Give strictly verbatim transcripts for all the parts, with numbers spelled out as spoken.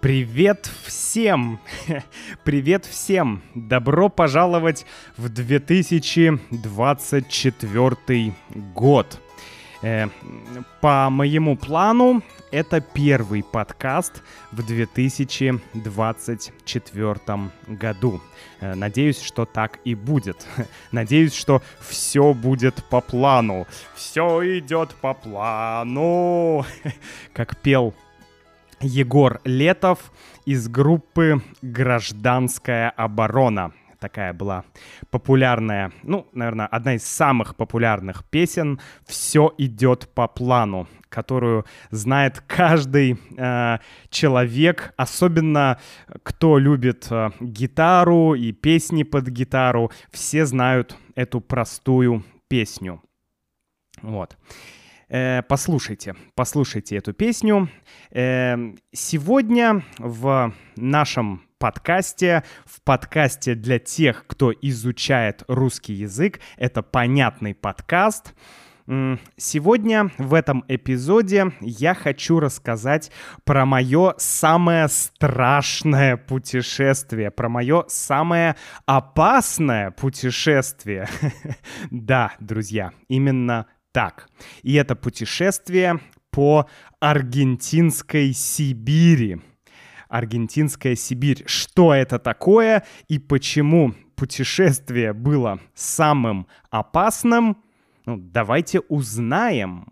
Привет всем! Привет всем! Добро пожаловать в две тысячи двадцать четвёртый год. Э, по моему плану, это первый подкаст в две тысячи двадцать четвёртом году. Э, надеюсь, что так и будет. Надеюсь, что все будет по плану. Все идет по плану. Как пел Егор Летов из группы «Гражданская оборона». Такая была популярная, ну, наверное, одна из самых популярных песен «Все идет по плану», которую знает каждый э, человек, особенно кто любит э, гитару и песни под гитару. Все знают эту простую песню. Вот. Послушайте, послушайте эту песню. Сегодня в нашем подкасте, в подкасте для тех, кто изучает русский язык, это понятный подкаст. Сегодня в этом эпизоде я хочу рассказать про мое самое страшное путешествие, про мое самое опасное путешествие. Да, друзья, именно так. И это путешествие по аргентинской Сибири. Аргентинская Сибирь. Что это такое и почему путешествие было самым опасным? Ну, давайте узнаем.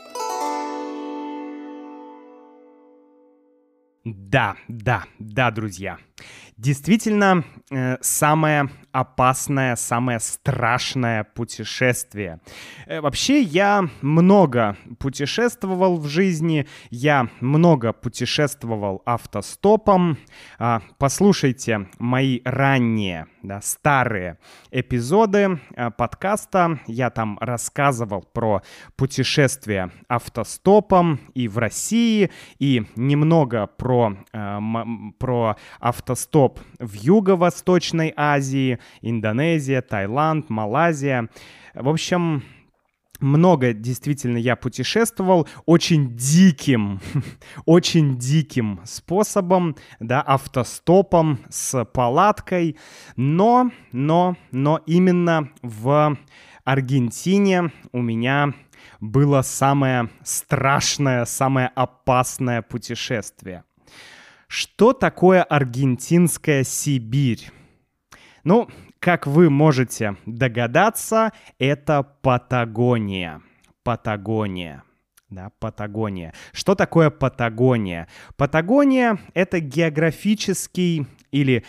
Да, да, да, друзья. Действительно, э, самое опасное, самое страшное путешествие. Э, вообще, я много путешествовал в жизни, я много путешествовал автостопом. Э, послушайте мои ранние, да, старые эпизоды э, подкаста. Я там рассказывал про путешествия автостопом и в России, и немного про, э, м- про автостоп в Юго-Восточной Азии, Индонезия, Таиланд, Малайзия. В общем, много действительно я путешествовал очень диким, очень диким способом, да, автостопом с палаткой. Но, но, но именно в Аргентине у меня было самое страшное, самое опасное путешествие. Что такое аргентинская Сибирь? Ну, как вы можете догадаться, это Патагония. Патагония. Да, Патагония. Что такое Патагония? Патагония — это географический или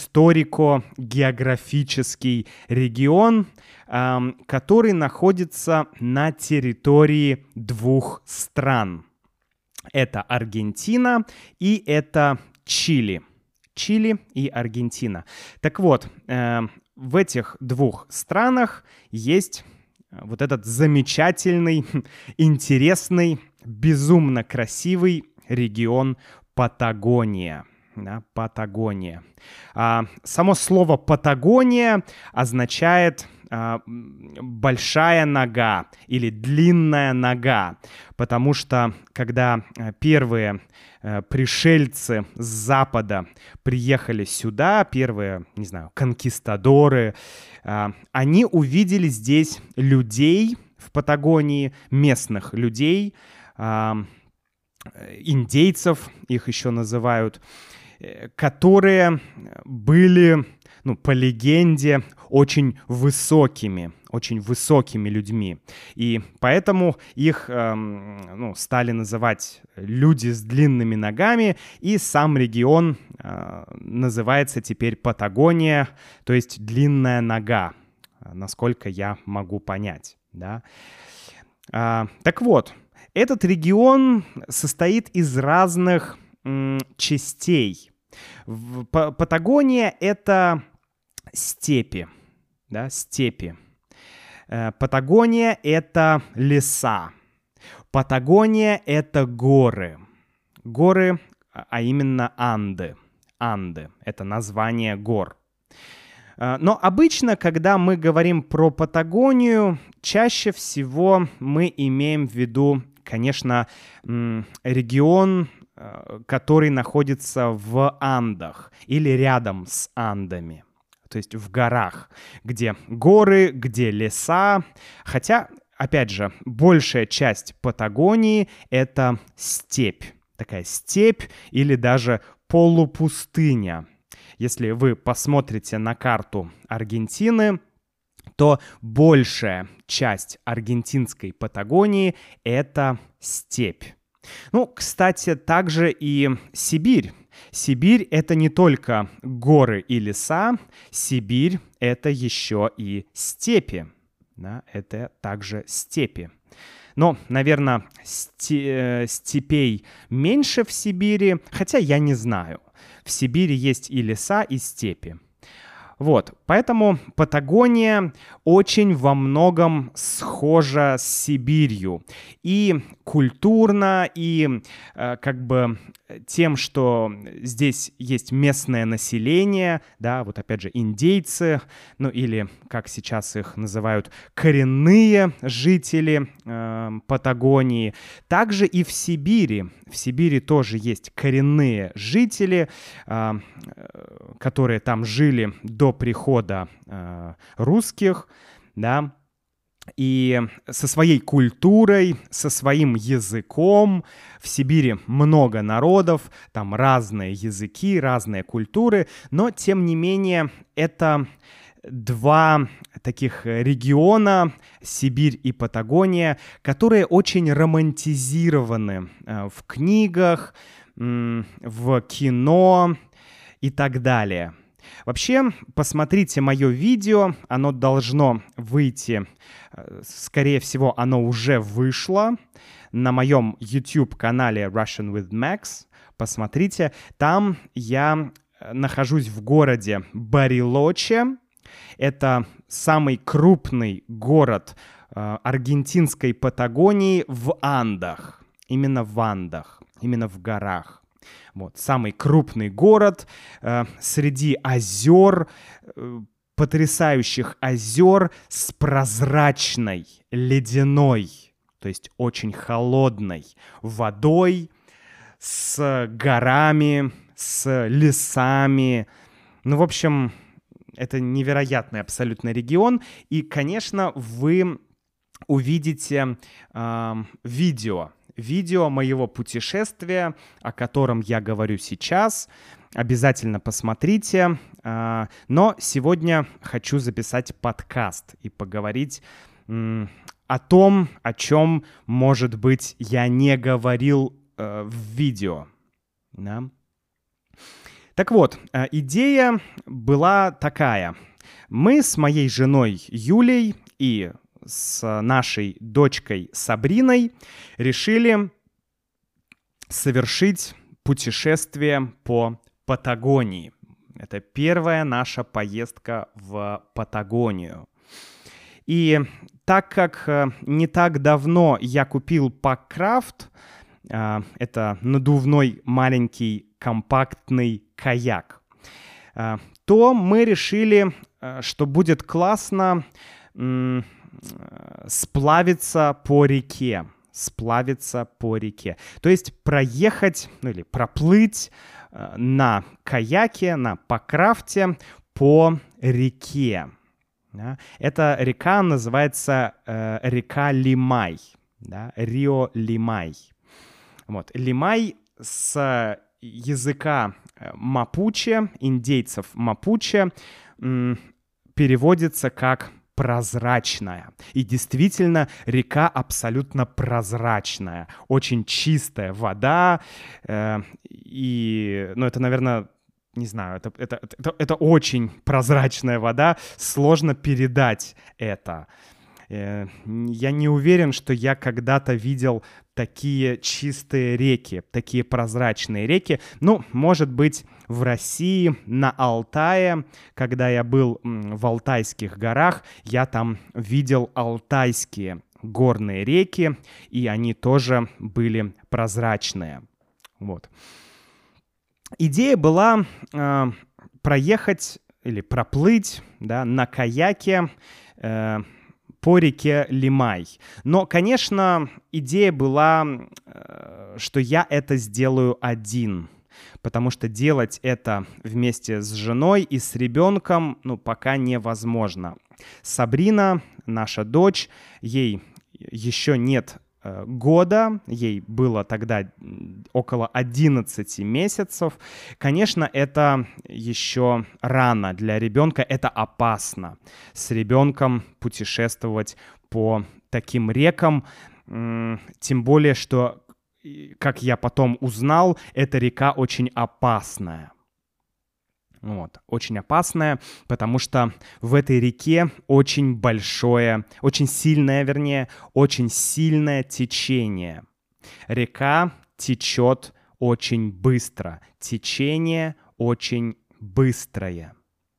историко-географический регион, эм, который находится на территории двух стран. Это Аргентина и это Чили. Чили и Аргентина. Так вот, э, в этих двух странах есть вот этот замечательный, интересный, безумно красивый регион Патагония. Да, Патагония. А, само слово «Патагония» означает а, большая нога или длинная нога, потому что когда первые а, пришельцы с запада приехали сюда, первые, не знаю, конкистадоры, а, они увидели здесь людей в Патагонии, местных людей, а, индейцев, их еще называют, которые были, ну, по легенде, очень высокими, очень высокими людьми. И поэтому их эм, ну, стали называть люди с длинными ногами, и сам регион э, называется теперь Патагония, то есть длинная нога, насколько я могу понять. Да? А, так вот, этот регион состоит из разных м, частей. В Патагония — это степи, да, степи. Патагония — это леса. Патагония — это горы. Горы, а именно Анды. Анды — это название гор. Но обычно, когда мы говорим про Патагонию, чаще всего мы имеем в виду, конечно, регион который находится в Андах или рядом с Андами, то есть в горах, где горы, где леса. Хотя, опять же, большая часть Патагонии — это степь, такая степь или даже полупустыня. Если вы посмотрите на карту Аргентины, то большая часть аргентинской Патагонии — это степь. Ну, кстати, также и Сибирь. Сибирь — это не только горы и леса, Сибирь — это еще и степи. Да, это также степи. Но, наверное, степей меньше в Сибири, хотя я не знаю. В Сибири есть и леса, и степи. Вот, поэтому Патагония очень во многом схожа с Сибирью. И культурно, и э, как бы тем, что здесь есть местное население, да, вот опять же индейцы, ну или, как сейчас их называют, коренные жители э, Патагонии. Также и в Сибири. В Сибири тоже есть коренные жители, э, которые там жили до прихода э, русских, да, и со своей культурой, со своим языком. В Сибири много народов, там разные языки, разные культуры, но, тем не менее, это два таких региона, Сибирь и Патагония, которые очень романтизированы э, в книгах, э, в кино и так далее. Вообще, посмотрите мое видео, оно должно выйти, скорее всего, оно уже вышло на моем YouTube-канале Russian with Max. Посмотрите, там я нахожусь в городе Барилоче. Это самый крупный город э, аргентинской Патагонии в Андах, именно в Андах, именно в горах. Вот, самый крупный город э, среди озер, э, потрясающих озер с прозрачной, ледяной, то есть очень холодной водой, с горами, с лесами. Ну, в общем, это невероятный абсолютно регион. И, конечно, вы увидите э, видео. Видео моего путешествия, о котором я говорю сейчас. Обязательно посмотрите. Но сегодня хочу записать подкаст и поговорить о том, о чем, может быть, я не говорил в видео. Да? Так вот, идея была такая. Мы с моей женой Юлей и с нашей дочкой Сабриной решили совершить путешествие по Патагонии. Это первая наша поездка в Патагонию. И так как не так давно я купил Паккрафт, это надувной маленький компактный каяк, то мы решили, что будет классно сплавиться по реке, сплавиться по реке. То есть проехать, ну или проплыть э, на каяке, на Паккрафте по реке. Да? Эта река называется э, река Лимай, да? Рио Лимай. Вот. Лимай с языка мапуче, индейцев мапуче, м, переводится как прозрачная. И действительно, река абсолютно прозрачная. Очень чистая вода. Э, и, ну, это, наверное, не знаю, это, это, это, это очень прозрачная вода. Сложно передать это. Э, я не уверен, что я когда-то видел такие чистые реки, такие прозрачные реки. Ну, может быть, в России, на Алтае, когда я был в Алтайских горах, я там видел алтайские горные реки, и они тоже были прозрачные. Вот. Идея была э, проехать или проплыть, да, на каяке э, по реке Лимай. Но, конечно, идея была, э, что я это сделаю один, потому что делать это вместе с женой и с ребенком, ну, пока невозможно. Сабрина, наша дочь, ей еще нет э, года, ей было тогда около одиннадцати месяцев. Конечно, это еще рано для ребенка, это опасно с ребенком путешествовать по таким рекам, м- тем более, что, как я потом узнал, эта река очень опасная. Вот, очень опасная, потому что в этой реке очень большое, очень сильное, вернее, очень сильное течение. Река течет очень быстро, течение очень быстрое.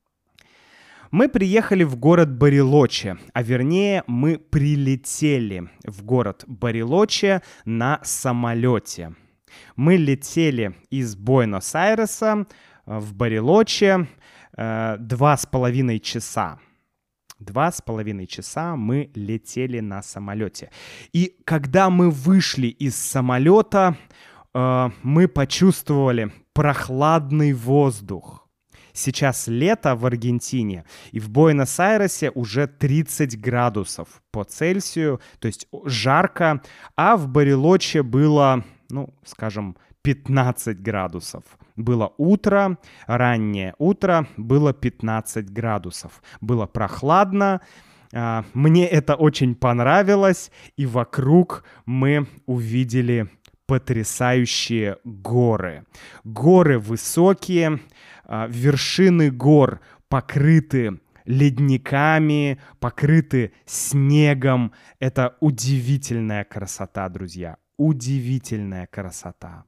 Мы приехали в город Барилоче, а вернее мы прилетели в город Барилоче на самолете. Мы летели из Буэнос-Айреса в Барилоче э, два с половиной часа. Два с половиной часа мы летели на самолете. И когда мы вышли из самолета, э, мы почувствовали прохладный воздух. Сейчас лето в Аргентине, и в Буэнос-Айресе уже тридцать градусов по Цельсию, то есть жарко, а в Барилоче было, ну, скажем, пятнадцать градусов. Было утро, раннее утро, было пятнадцать градусов. Было прохладно, мне это очень понравилось, и вокруг мы увидели потрясающие горы. Горы высокие, вершины гор покрыты ледниками, покрыты снегом. Это удивительная красота, друзья, удивительная красота.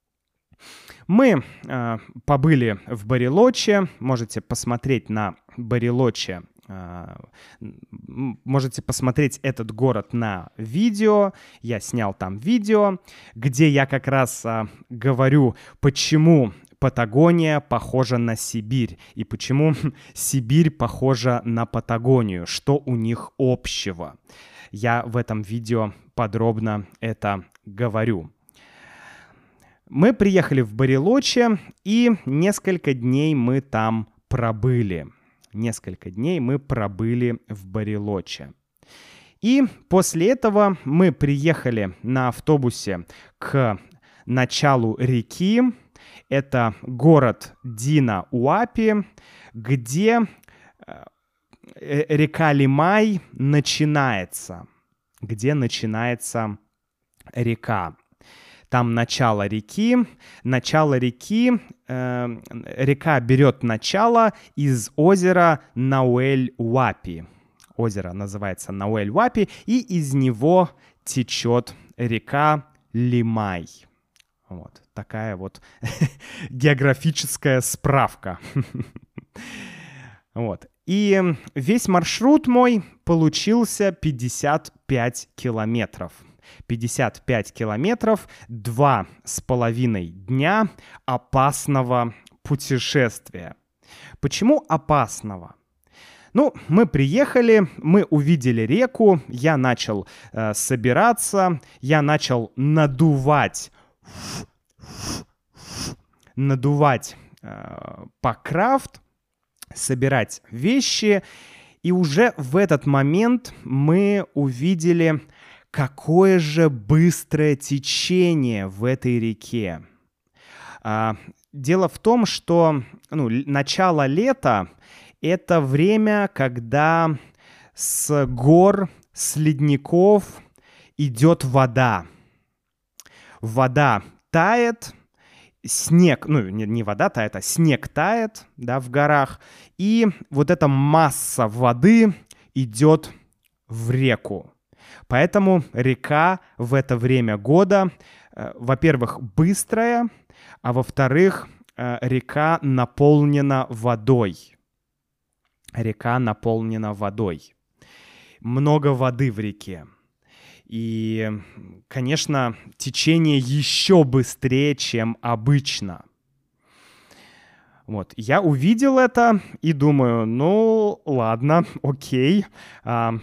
Мы э, побыли в Барилоче, можете посмотреть на Барилоче, э, можете посмотреть этот город на видео, я снял там видео, где я как раз э, говорю, почему Патагония похожа на Сибирь и почему Сибирь похожа на Патагонию, что у них общего. Я в этом видео подробно это говорю. Мы приехали в Барилоче, и несколько дней мы там пробыли. Несколько дней мы пробыли в Барилоче. И после этого мы приехали на автобусе к началу реки. Это город Дина-Уапи, где река Лимай начинается. Где начинается река. Там начало реки. Начало реки, э, река берет начало из озера Науэль-Уапи. Озеро называется Науэль-Уапи, и из него течет река Лимай. Вот такая вот географическая справка. Вот. И весь маршрут мой получился пятьдесят пять километров. пятьдесят пять километров, два с половиной дня опасного путешествия. Почему опасного? Ну, мы приехали, мы увидели реку, я начал э, собираться, я начал надувать, надувать э, пакрафт, собирать вещи, и уже в этот момент мы увидели, какое же быстрое течение в этой реке. А, дело в том, что ну, начало лета — это время, когда с гор, с ледников идет вода. Вода тает, снег, ну не, не вода тает, а снег тает, да, в горах, и вот эта масса воды идет в реку. Поэтому река в это время года, э, во-первых, быстрая, а во-вторых, э, река наполнена водой. Река наполнена водой. Много воды в реке. И, конечно, течение еще быстрее, чем обычно. Вот, я увидел это и думаю, ну ладно, окей. А,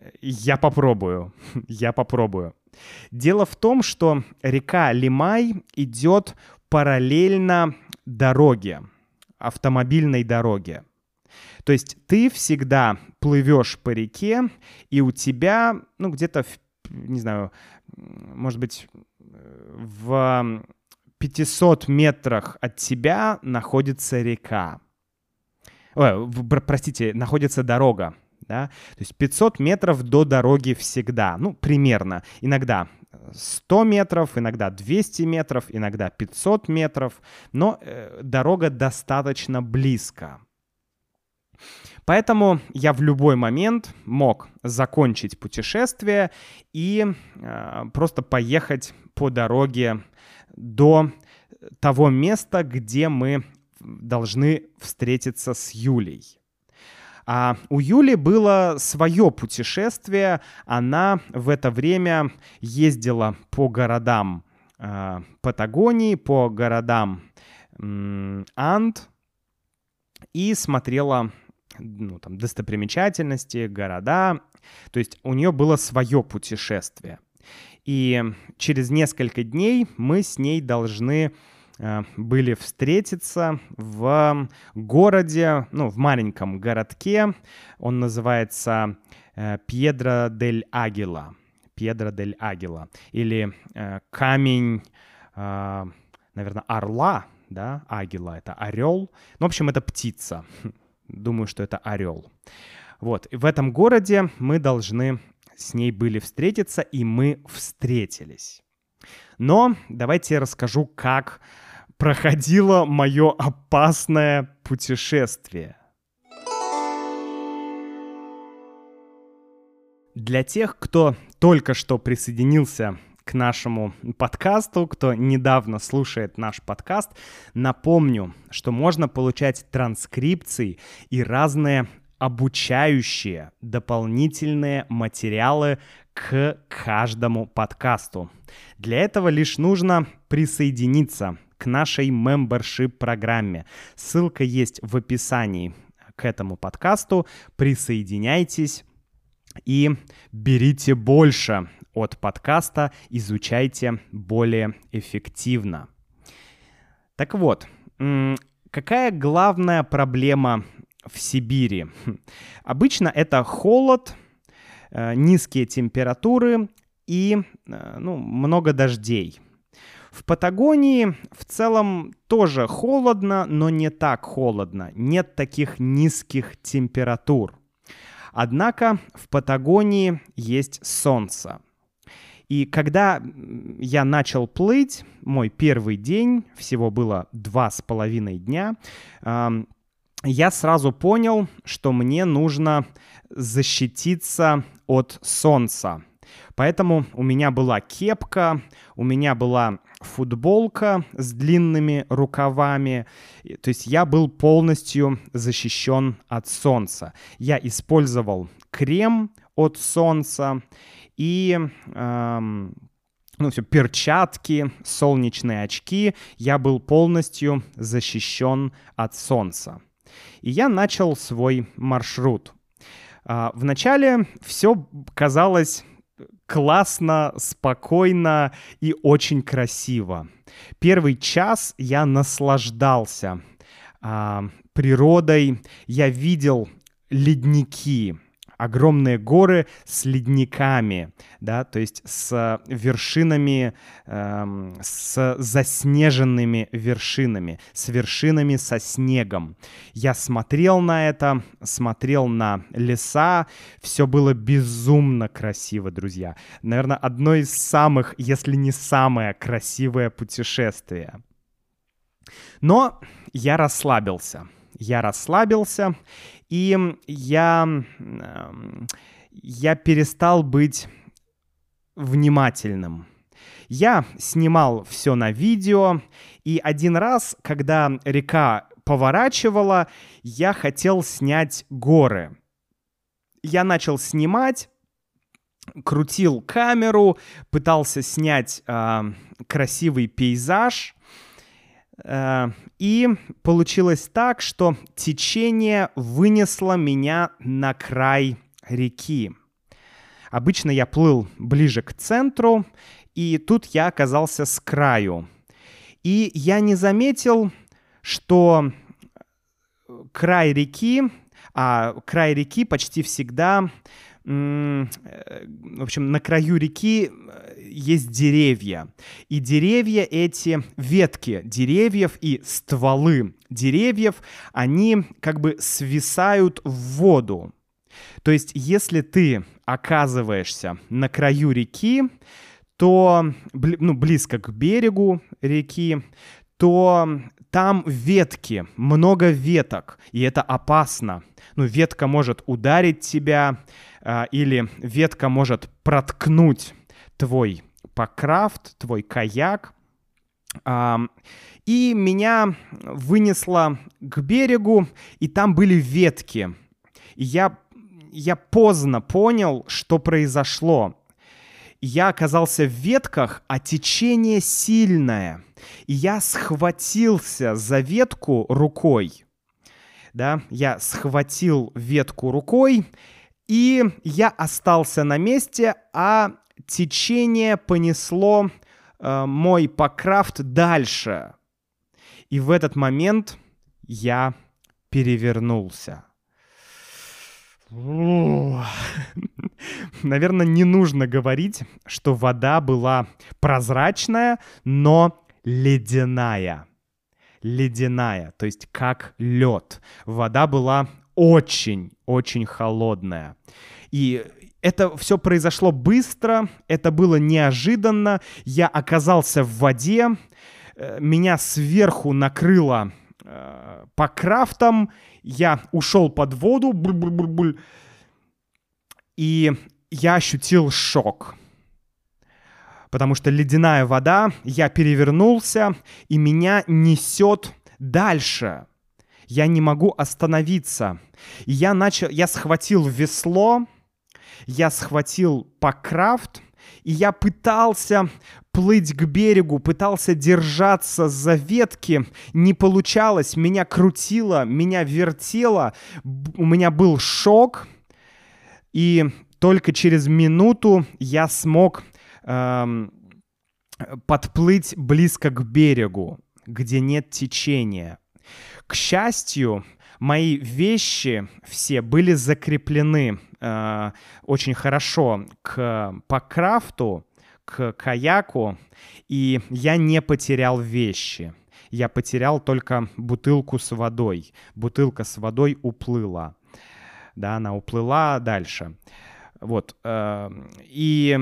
Я попробую. Я попробую. Дело в том, что река Лимай идет параллельно дороге, автомобильной дороге. То есть ты всегда плывешь по реке, и у тебя, ну, где-то, в, не знаю, может быть, в пятисот метрах от тебя находится река. Ой, в, простите, находится дорога. Да? То есть пятьсот метров до дороги всегда, ну, примерно. Иногда сто метров, иногда двести метров, иногда пятьсот метров, но э, дорога достаточно близко. Поэтому я в любой момент мог закончить путешествие и э, просто поехать по дороге до того места, где мы должны встретиться с Юлей. А у Юли было свое путешествие. Она в это время ездила по городам э, Патагонии, по городам э, Анд и смотрела, ну, там, достопримечательности, города. То есть у нее было свое путешествие. И через несколько дней мы с ней должны были встретиться в городе, ну, в маленьком городке. Он называется Пьедра дель Агила. Пьедра дель Агила. Или э, камень, э, наверное, орла, да? Агила — это орел. Ну, в общем, это птица. Думаю, что это орел. Вот. И в этом городе мы должны с ней были встретиться, и мы встретились. Но давайте я расскажу, как проходило мое опасное путешествие. Для тех, кто только что присоединился к нашему подкасту, кто недавно слушает наш подкаст, напомню, что можно получать транскрипции и разные обучающие дополнительные материалы к каждому подкасту. Для этого лишь нужно присоединиться к нашей мембершип-программе. Ссылка есть в описании к этому подкасту. Присоединяйтесь и берите больше от подкаста, изучайте более эффективно. Так вот, какая главная проблема в Сибири? Обычно это холод, низкие температуры и, ну, много дождей. В Патагонии в целом тоже холодно, но не так холодно. Нет таких низких температур. Однако в Патагонии есть солнце. И когда я начал плыть, мой первый день, всего было два с половиной дня, я сразу понял, что мне нужно защититься от солнца. Поэтому у меня была кепка, у меня была футболка с длинными рукавами. То есть я был полностью защищен от солнца. Я использовал крем от солнца и эм, ну, все, перчатки, солнечные очки. Я был полностью защищен от солнца. И я начал свой маршрут. Э, вначале все казалось классно, спокойно и очень красиво. Первый час я наслаждался а, природой. Я видел ледники, огромные горы с ледниками, да, то есть с вершинами, э, с заснеженными вершинами, с вершинами со снегом. Я смотрел на это, смотрел на леса, все было безумно красиво, друзья. Наверное, одно из самых, если не самое красивое путешествие. Но я расслабился. Я расслабился, и я, я перестал быть внимательным. Я снимал все на видео, и один раз, когда река поворачивала, я хотел снять горы. Я начал снимать, крутил камеру, пытался снять э, красивый пейзаж. И получилось так, что течение вынесло меня на край реки. Обычно я плыл ближе к центру, и тут я оказался с краю. И я не заметил, что край реки, а край реки почти всегда, м, э, в общем, на краю реки есть деревья. И деревья эти, ветки деревьев и стволы деревьев, они как бы свисают в воду. То есть, если ты оказываешься на краю реки, то, ну, близко к берегу реки, то там ветки, много веток, и это опасно. Ну, ветка может ударить тебя, а, или ветка может проткнуть твой покрафт, твой каяк. А, и меня вынесло к берегу, и там были ветки. И я, я поздно понял, что произошло. Я оказался в ветках, а течение сильное. И я схватился за ветку рукой. Да, я схватил ветку рукой, и я остался на месте, а течение понесло э, мой покрафт дальше. И в этот момент я перевернулся. Наверное, не нужно говорить, что вода была прозрачная, но ледяная. Ледяная, то есть как лед. Вода была очень-очень холодная. И это все произошло быстро, это было неожиданно. Я оказался в воде, меня сверху накрыло э, покрафтом, я ушел под воду, буль-буль-буль-буль, и я ощутил шок. Потому что ледяная вода, я перевернулся, и меня несет дальше. Я не могу остановиться. И я начал, я схватил весло, я схватил покрафт, и я пытался плыть к берегу, пытался держаться за ветки. Не получалось, меня крутило, меня вертело, у меня был шок. И только через минуту я смог эм, подплыть близко к берегу, где нет течения. К счастью, мои вещи все были закреплены э, очень хорошо к покрафту, к каяку, и я не потерял вещи. Я потерял только бутылку с водой. Бутылка с водой уплыла. Да, она уплыла дальше. Вот. Э, и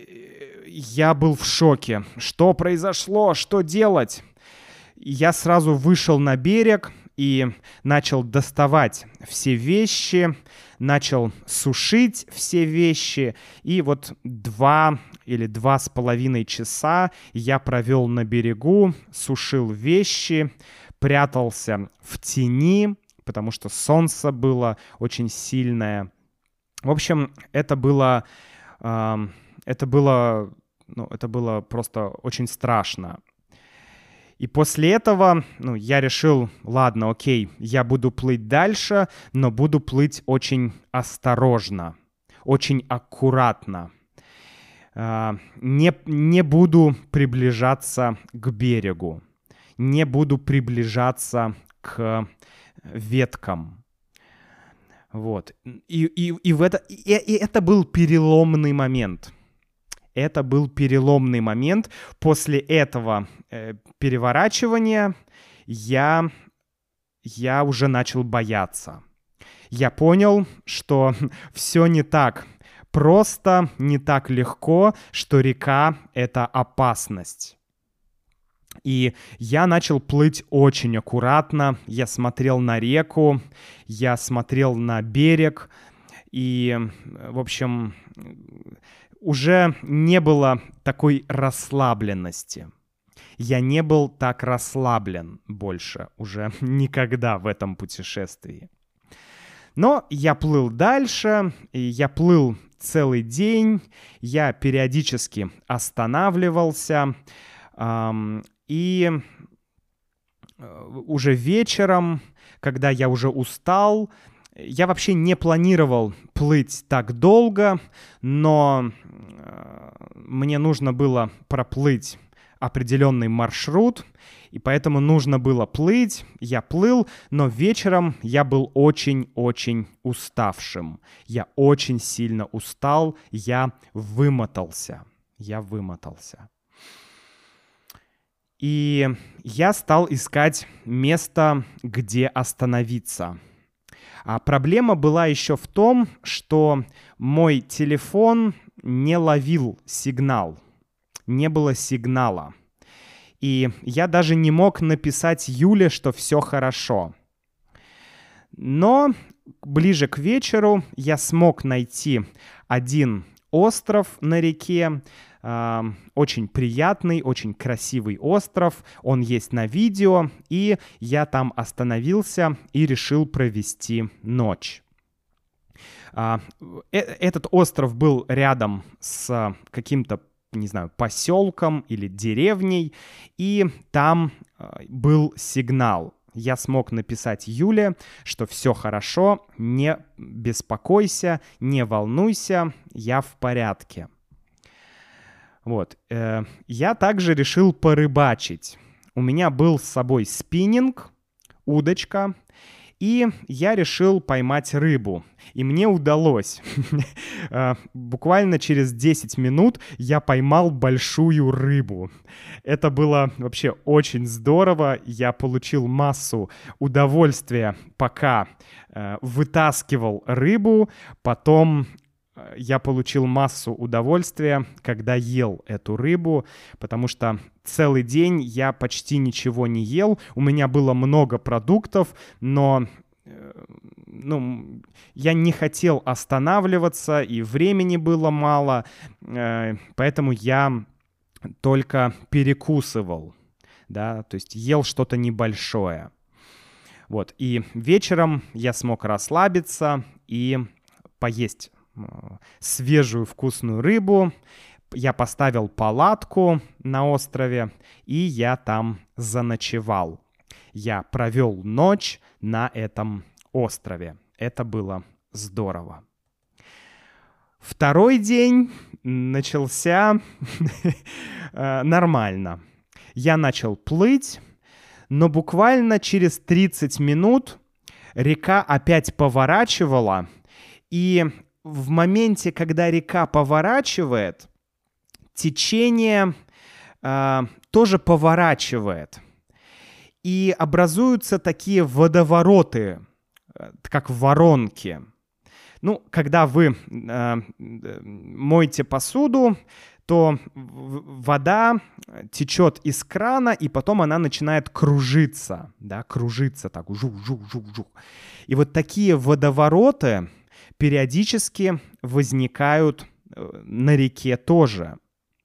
я был в шоке. Что произошло? Что делать? Я сразу вышел на берег и начал доставать все вещи, начал сушить все вещи. И вот два или два с половиной часа я провел на берегу, сушил вещи, прятался в тени, потому что солнце было очень сильное. В общем, это было, э, это было, ну, это было просто очень страшно. И после этого, ну, я решил, ладно, окей, я буду плыть дальше, но буду плыть очень осторожно, очень аккуратно. Э, не, не буду приближаться к берегу, не буду приближаться к веткам. Вот. И, и, и, в это, и, и это был переломный момент. Это был переломный момент. После этого э, переворачивания я, я уже начал бояться. Я понял, что все не так просто, не так легко, что река — это опасность. И я начал плыть очень аккуратно. Я смотрел на реку, я смотрел на берег. И, в общем, уже не было такой расслабленности. Я не был так расслаблен больше уже никогда в этом путешествии. Но я плыл дальше, и я плыл целый день. Я периодически останавливался. Эм, И уже вечером, когда я уже устал, я вообще не планировал плыть так долго, но э, мне нужно было проплыть определенный маршрут, и поэтому нужно было плыть. Я плыл, но вечером я был очень-очень уставшим. Я очень сильно устал, я вымотался. Я вымотался. И я стал искать место, где остановиться. А проблема была еще в том, что мой телефон не ловил сигнал. Не было сигнала. И я даже не мог написать Юле, что все хорошо. Но ближе к вечеру я смог найти один остров на реке, э, очень приятный, очень красивый остров. Он есть на видео, и я там остановился и решил провести ночь. Э, этот остров был рядом с каким-то, не знаю, поселком или деревней, и там э, был сигнал. Я смог написать Юле, что все хорошо, не беспокойся, не волнуйся, я в порядке. Вот. Э, я также решил порыбачить. У меня был с собой спиннинг, удочка, и я решил поймать рыбу. И мне удалось. Буквально через десять минут я поймал большую рыбу. Это было вообще очень здорово. Я получил массу удовольствия, пока вытаскивал рыбу. Потом я получил массу удовольствия, когда ел эту рыбу, потому что целый день я почти ничего не ел. У меня было много продуктов, но ну, я не хотел останавливаться, и времени было мало, поэтому я только перекусывал, да, то есть ел что-то небольшое. Вот, и вечером я смог расслабиться и поесть свежую вкусную рыбу. Я поставил палатку на острове, и я там заночевал. Я провел ночь на этом острове. Это было здорово. Второй день начался нормально. Я начал плыть, но буквально через тридцать минут река опять поворачивала, и в моменте, когда река поворачивает, течение э, тоже поворачивает. И образуются такие водовороты, как воронки. Ну, когда вы э, моете посуду, то вода течет из крана, и потом она начинает кружиться, да, кружиться так, жух-жух-жух-жух. И вот такие водовороты периодически возникают на реке тоже.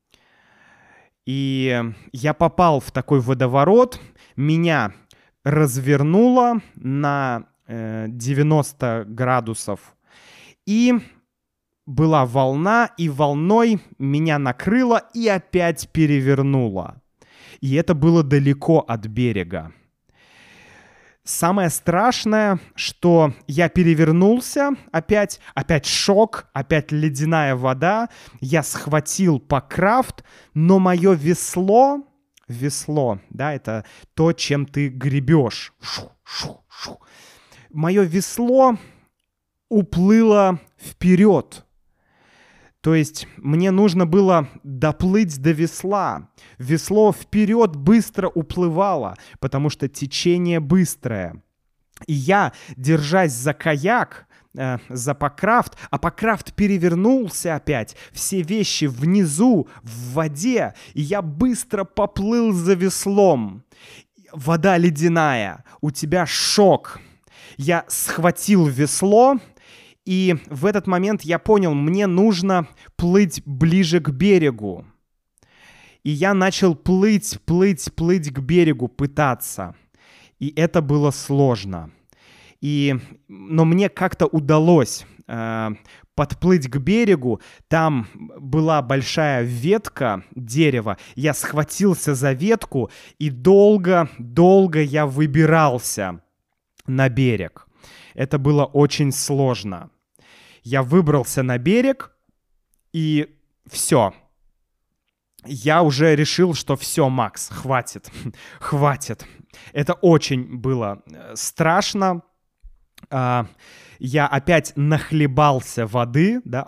И я попал в такой водоворот, меня развернуло на э, девяносто градусов, и была волна, и волной меня накрыло и опять перевернуло. И это было далеко от берега. Самое страшное, что я перевернулся опять, опять шок, опять ледяная вода. Я схватил покрафт, но мое весло, весло, да, это то, чем ты гребешь. Шу, шу, шу. Мое весло уплыло вперед. То есть мне нужно было доплыть до весла. Весло вперед быстро уплывало, потому что течение быстрое. И я, держась за каяк, э, за покрафт, а покрафт перевернулся опять, все вещи внизу, в воде, и я быстро поплыл за веслом. Вода ледяная, у тебя шок. Я схватил весло, и в этот момент я понял, мне нужно плыть ближе к берегу. И я начал плыть, плыть, плыть к берегу, пытаться. И это было сложно. И, но мне как-то удалось э, подплыть к берегу. Там была большая ветка дерева. Я схватился за ветку, и долго-долго я выбирался на берег. Это было очень сложно. я выбрался на берег, и все. Я уже решил, что все, Макс, хватит, хватит. Это очень было страшно. А, я опять нахлебался воды, да.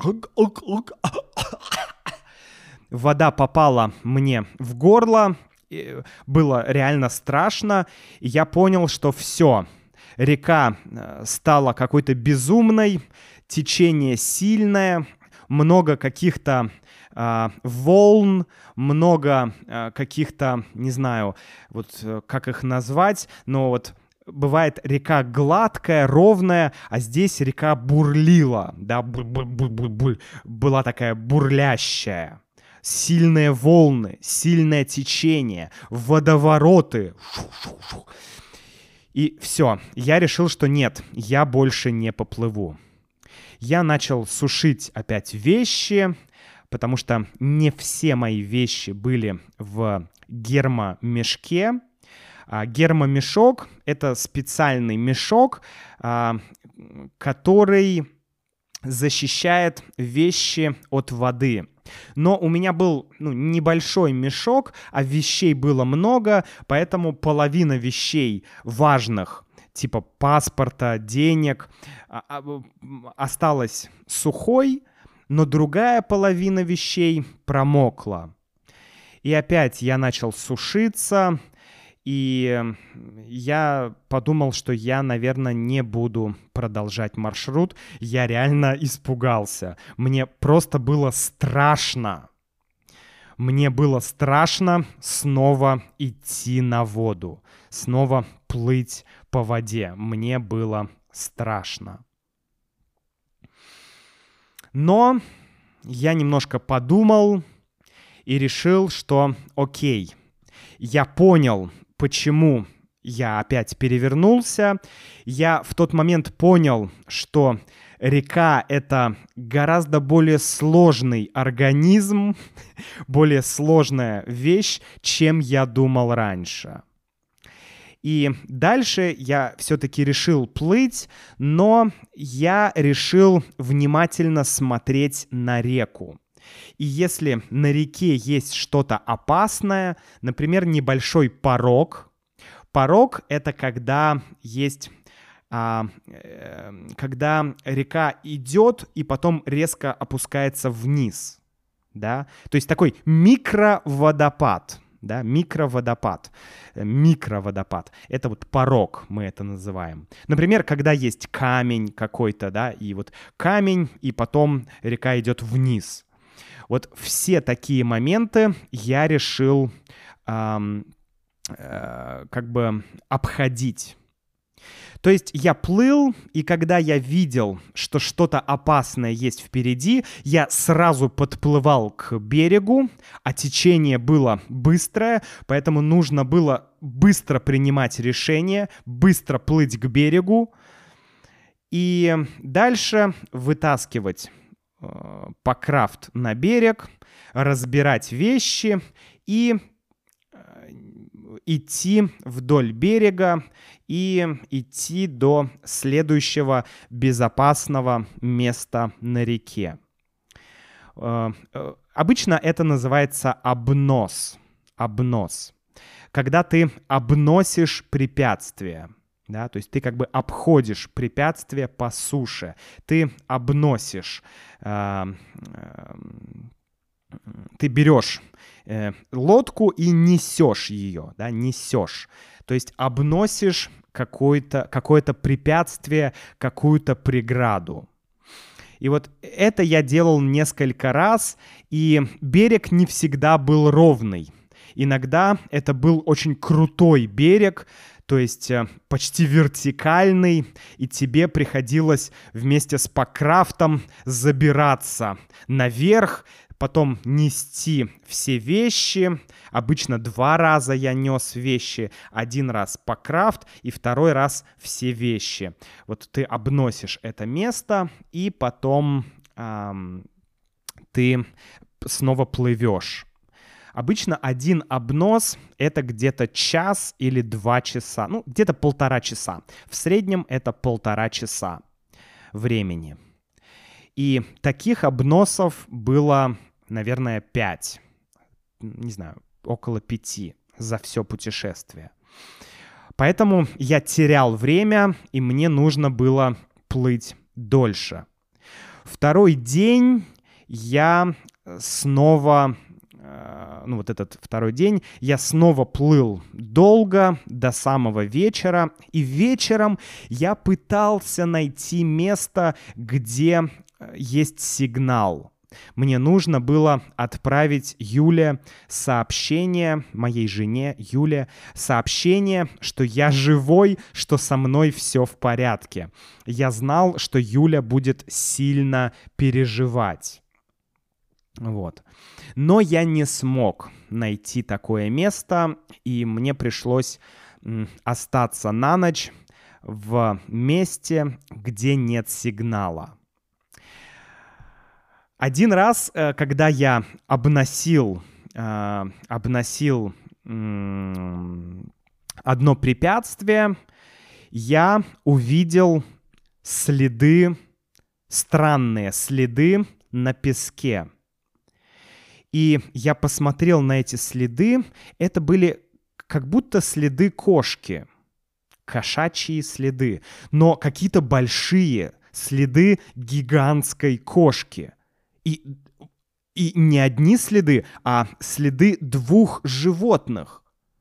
Вода попала мне в горло, было реально страшно. И я понял, что все, река стала какой-то безумной, течение сильное, много каких-то Uh, волн, много uh, каких-то, не знаю, вот uh, как их назвать, но вот бывает река гладкая, ровная, а здесь река бурлила, да, буль-буль-буль-буль, была такая бурлящая. Сильные волны, сильное течение, водовороты. Шу-шу-шу. И все, я решил, что нет, я больше не поплыву. Я начал сушить опять вещи, потому что не все мои вещи были в гермомешке. А гермомешок — это специальный мешок, а, который защищает вещи от воды. Но у меня был ну, небольшой мешок, а вещей было много, поэтому половина вещей важных, типа паспорта, денег, а, а, осталась сухой, но другая половина вещей промокла. И опять я начал сушиться, и я подумал, что я, наверное, не буду продолжать маршрут. Я реально испугался. Мне просто было страшно. Мне было страшно снова идти на воду, снова плыть по воде. Мне было страшно. Но я немножко подумал и решил, что окей, я понял, почему я опять перевернулся. Я в тот момент понял, что река — это гораздо более сложный организм, более сложная вещь, чем я думал раньше. И дальше я все-таки решил плыть, но я решил внимательно смотреть на реку. И если на реке есть что-то опасное, например, небольшой порог. Порог — это когда есть, а, э, когда река идет и потом резко опускается вниз, да? То есть такой микроводопад. Да, микроводопад, микроводопад. Это вот порог, мы это называем. Например, когда есть камень какой-то, да, и вот камень, и потом река идет вниз. Вот все такие моменты я решил эм, э, как бы обходить. То есть я плыл, и когда я видел, что что-то опасное есть впереди, я сразу подплывал к берегу, а течение было быстрое, поэтому нужно было быстро принимать решение, быстро плыть к берегу и дальше вытаскивать э, пакрафт на берег, разбирать вещи и э, идти вдоль берега, и идти до следующего безопасного места на реке. Обычно это называется обнос. Обнос. Когда ты обносишь препятствие, да, то есть ты как бы обходишь препятствие по суше, ты обносишь, э, э, ты берешь э, лодку и несешь ее, да, несешь. То есть обносишь какое-то, какое-то препятствие, какую-то преграду. И вот это я делал несколько раз, и берег не всегда был ровный. Иногда это был очень крутой берег, то есть почти вертикальный, и тебе приходилось вместе с пакрафтом забираться наверх, потом нести все вещи. Обычно два раза я нес вещи. Один раз пакрафт и второй раз все вещи. Вот ты обносишь это место, и потом эм, ты снова плывешь. Обычно один обнос — это где-то час или два часа. Ну, где-то полтора часа. В среднем это полтора часа времени. И таких обносов было, наверное, пять. Не знаю, около пяти за все путешествие. Поэтому я терял время, и мне нужно было плыть дольше. Второй день я снова, ну вот этот второй день, я снова плыл долго, до самого вечера. И вечером я пытался найти место, где есть сигнал. Мне нужно было отправить Юле сообщение, моей жене Юле, сообщение, что я живой, что со мной все в порядке. Я знал, что Юля будет сильно переживать. Вот. Но я не смог найти такое место, и мне пришлось м, остаться на ночь в месте, где нет сигнала. Один раз, когда я обносил, обносил одно препятствие, я увидел следы, странные следы на песке. И я посмотрел на эти следы, это были как будто следы кошки, кошачьи следы, но какие-то большие следы гигантской кошки. И, и не одни следы, а следы двух животных.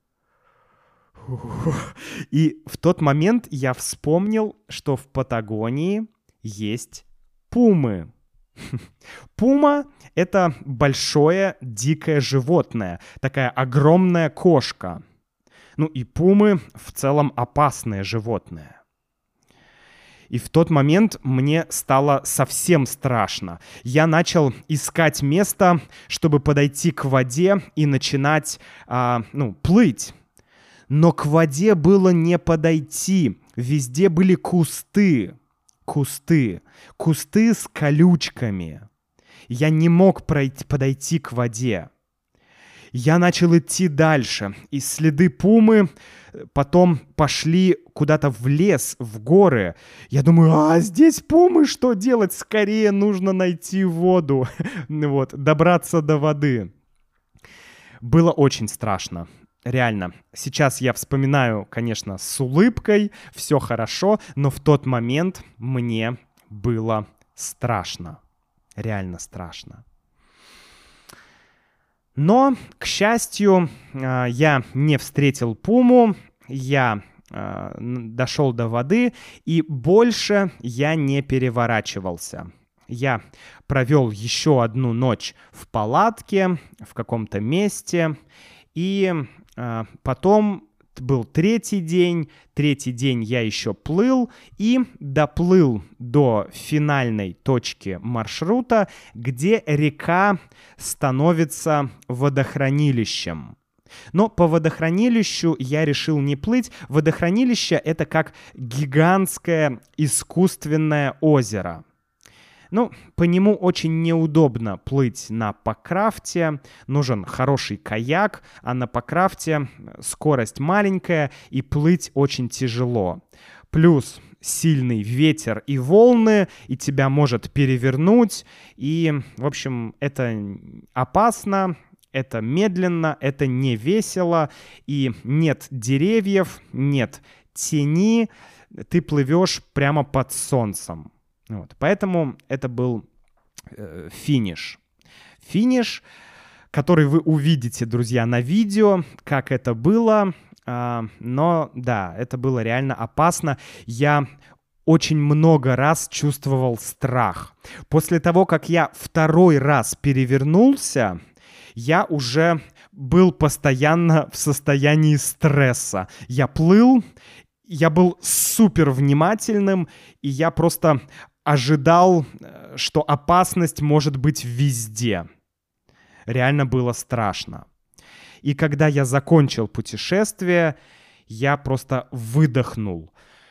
И в тот момент я вспомнил, что в Патагонии есть пумы. Пума — это большое дикое животное, такая огромная кошка. Ну и пумы в целом опасные животные. И в тот момент мне стало совсем страшно. Я начал искать место, чтобы подойти к воде и начинать, а, ну, плыть. Но к воде было не подойти. Везде были кусты. Кусты. Кусты с колючками. Я не мог пройти, подойти к воде. Я начал идти дальше, и следы пумы потом пошли куда-то в лес, в горы. Я думаю, а здесь пумы, что делать? Скорее нужно найти воду, вот, добраться до воды. Было очень страшно, реально. Сейчас я вспоминаю, конечно, с улыбкой, все хорошо, но в тот момент мне было страшно, реально страшно. Но, к счастью, я не встретил пуму, я дошел до воды, и больше я не переворачивался. Я провел еще одну ночь в палатке, в каком-то месте, и потом был третий день. Третий день я еще плыл и доплыл до финальной точки маршрута, где река становится водохранилищем. Но по водохранилищу я решил не плыть. Водохранилище — это как гигантское искусственное озеро. Ну, по нему очень неудобно плыть на пакрафте, нужен хороший каяк, а на пакрафте скорость маленькая и плыть очень тяжело. Плюс сильный ветер и волны, и тебя может перевернуть, и, в общем, это опасно, это медленно, это не весело, и нет деревьев, нет тени, ты плывешь прямо под солнцем. Вот. Поэтому это был э, финиш. Финиш, который вы увидите, друзья, на видео, как это было. А, но да, это было реально опасно. Я очень много раз чувствовал страх. После того, как я второй раз перевернулся, я уже был постоянно в состоянии стресса. Я плыл, я был супер внимательным, и я просто ожидал, что опасность может быть везде. Реально было страшно. И когда я закончил путешествие, я просто выдохнул.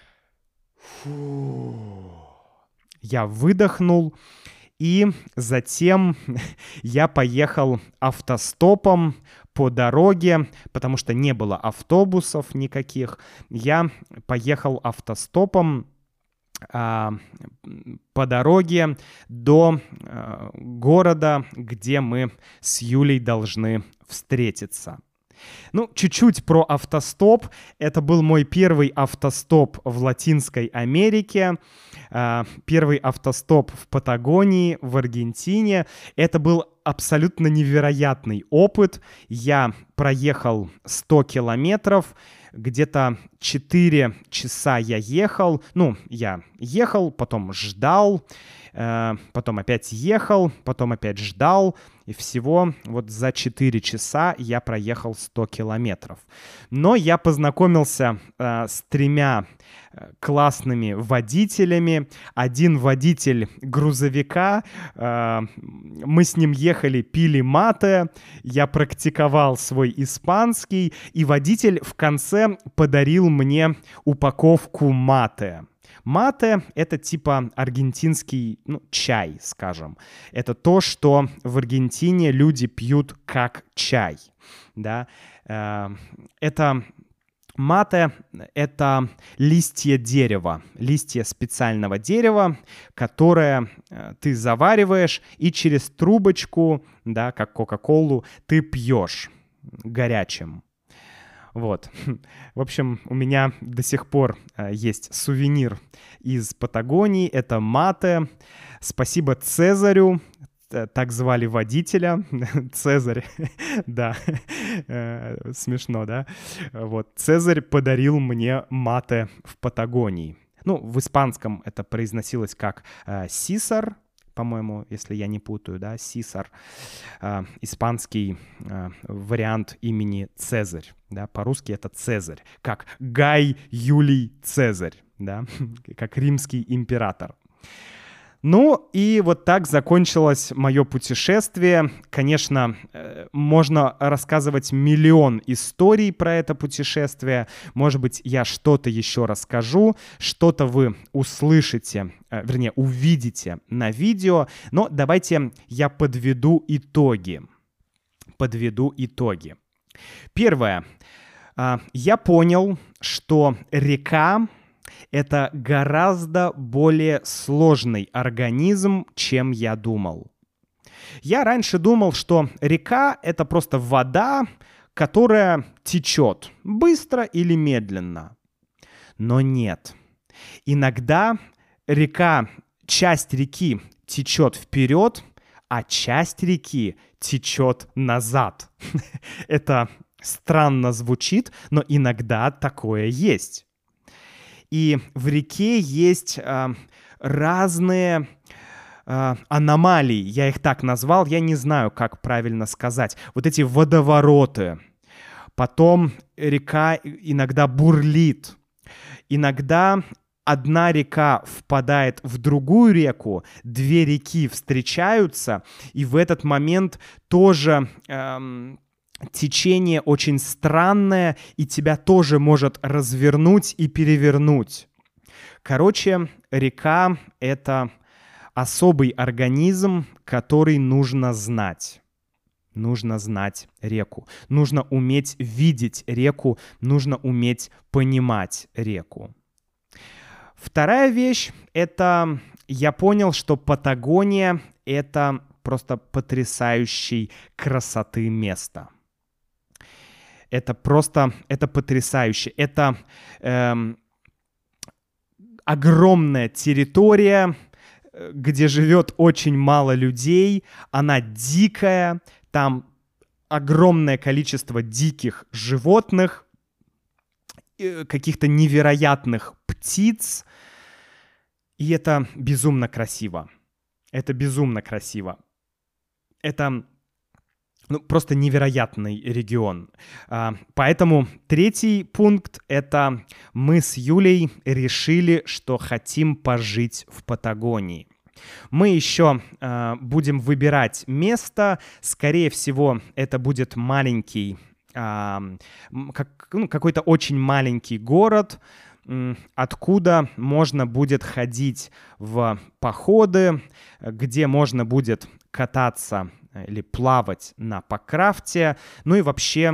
Фу. Я выдохнул, и затем я поехал автостопом по дороге, потому что не было автобусов никаких. Я поехал автостопом а, по дороге до а, города, где мы с Юлей должны встретиться. Ну, чуть-чуть про автостоп. Это был мой первый автостоп в Латинской Америке. Первый автостоп в Патагонии, в Аргентине. Это был абсолютно невероятный опыт. Я проехал сто километров. Где-то четыре часа я ехал. Ну, я ехал, потом ждал, потом опять ехал, потом опять ждал. И всего вот за четыре часа я проехал сто километров. Но я познакомился э, с тремя классными водителями. Один водитель грузовика. Э, мы с ним ехали, пили мате. Я практиковал свой испанский. И водитель в конце подарил мне упаковку мате. Мате — это типа аргентинский, ну, чай, скажем. Это то, что в Аргентине люди пьют как чай, да. Это мате — это листья дерева, листья специального дерева, которое ты завариваешь и через трубочку, да, как Кока-Колу, ты пьешь горячим. Вот. В общем, у меня до сих пор э, есть сувенир из Патагонии. Это мате. Спасибо Цезарю. Так звали водителя. Цезарь. Да. Э, смешно, да? Вот. Цезарь подарил мне мате в Патагонии. Ну, в испанском это произносилось как э, «сисар», по-моему, если я не путаю, да, Сисар, э, испанский э, вариант имени Цезарь, да, по-русски это Цезарь, как Гай Юлий Цезарь, да, как римский император. Ну и вот так закончилось мое путешествие. Конечно, можно рассказывать миллион историй про это путешествие. Может быть, я что-то еще расскажу, что-то вы услышите, вернее, увидите на видео. Но давайте я подведу итоги. Подведу итоги. Первое. Я понял, что река — это гораздо более сложный организм, чем я думал. Я раньше думал, что река — это просто вода, которая течет быстро или медленно. Но нет. Иногда река, часть реки течет вперед, а часть реки течет назад. Это странно звучит, но иногда такое есть. И в реке есть э, разные э, аномалии, я их так назвал, я не знаю, как правильно сказать. Вот эти водовороты. Потом река иногда бурлит. Иногда одна река впадает в другую реку, две реки встречаются, и в этот момент тоже... Э, течение очень странное, и тебя тоже может развернуть и перевернуть. Короче, река — это особый организм, который нужно знать. Нужно знать реку. Нужно уметь видеть реку, нужно уметь понимать реку. Вторая вещь — это я понял, что Патагония — это просто потрясающей красоты место. Это просто, это потрясающе. Это эм, огромная территория, где живет очень мало людей. Она дикая, там огромное количество диких животных, каких-то невероятных птиц. И это безумно красиво. Это безумно красиво. Это... Ну, просто невероятный регион. Поэтому третий пункт — это мы с Юлей решили, что хотим пожить в Патагонии. Мы еще будем выбирать место. Скорее всего, это будет маленький, как, ну, какой-то очень маленький город, откуда можно будет ходить в походы, где можно будет кататься или плавать на покрафте, ну и вообще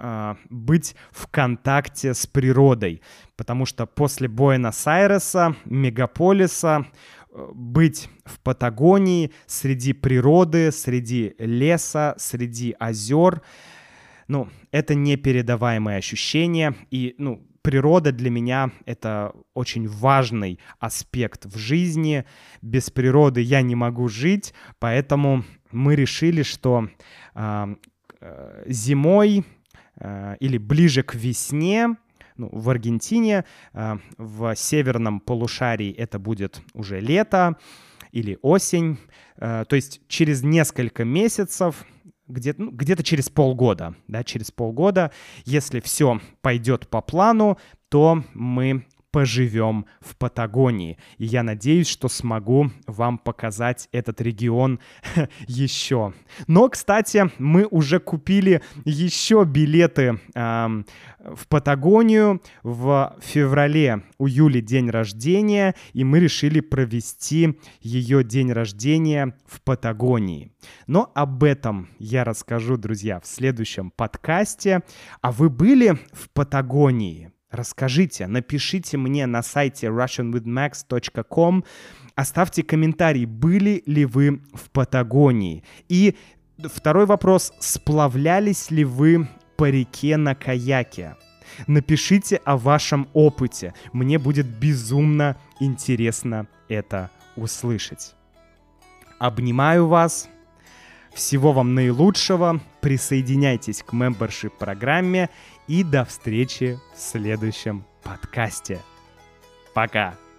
э, быть в контакте с природой, потому что после Буэнос-Айреса, мегаполиса, быть в Патагонии, среди природы, среди леса, среди озер, ну, это непередаваемое ощущение. И, ну, природа для меня — это очень важный аспект в жизни. Без природы я не могу жить, поэтому мы решили, что э, э, зимой э, или ближе к весне, ну, в Аргентине, э, в северном полушарии это будет уже лето или осень. Э, то есть через несколько месяцев, где-то, ну, где-то через полгода, да, через полгода, если все пойдет по плану, то мы поживем в Патагонии. И я надеюсь, что смогу вам показать этот регион еще. Но, кстати, мы уже купили еще билеты э, в Патагонию. В феврале у Юли день рождения, и мы решили провести ее день рождения в Патагонии. Но об этом я расскажу, друзья, в следующем подкасте. А вы были в Патагонии? Расскажите, напишите мне на сайте russian with max точка com, оставьте комментарий, были ли вы в Патагонии. И второй вопрос, сплавлялись ли вы по реке на каяке? Напишите о вашем опыте, мне будет безумно интересно это услышать. Обнимаю вас. Всего вам наилучшего, присоединяйтесь к мембершип-программе и до встречи в следующем подкасте. Пока!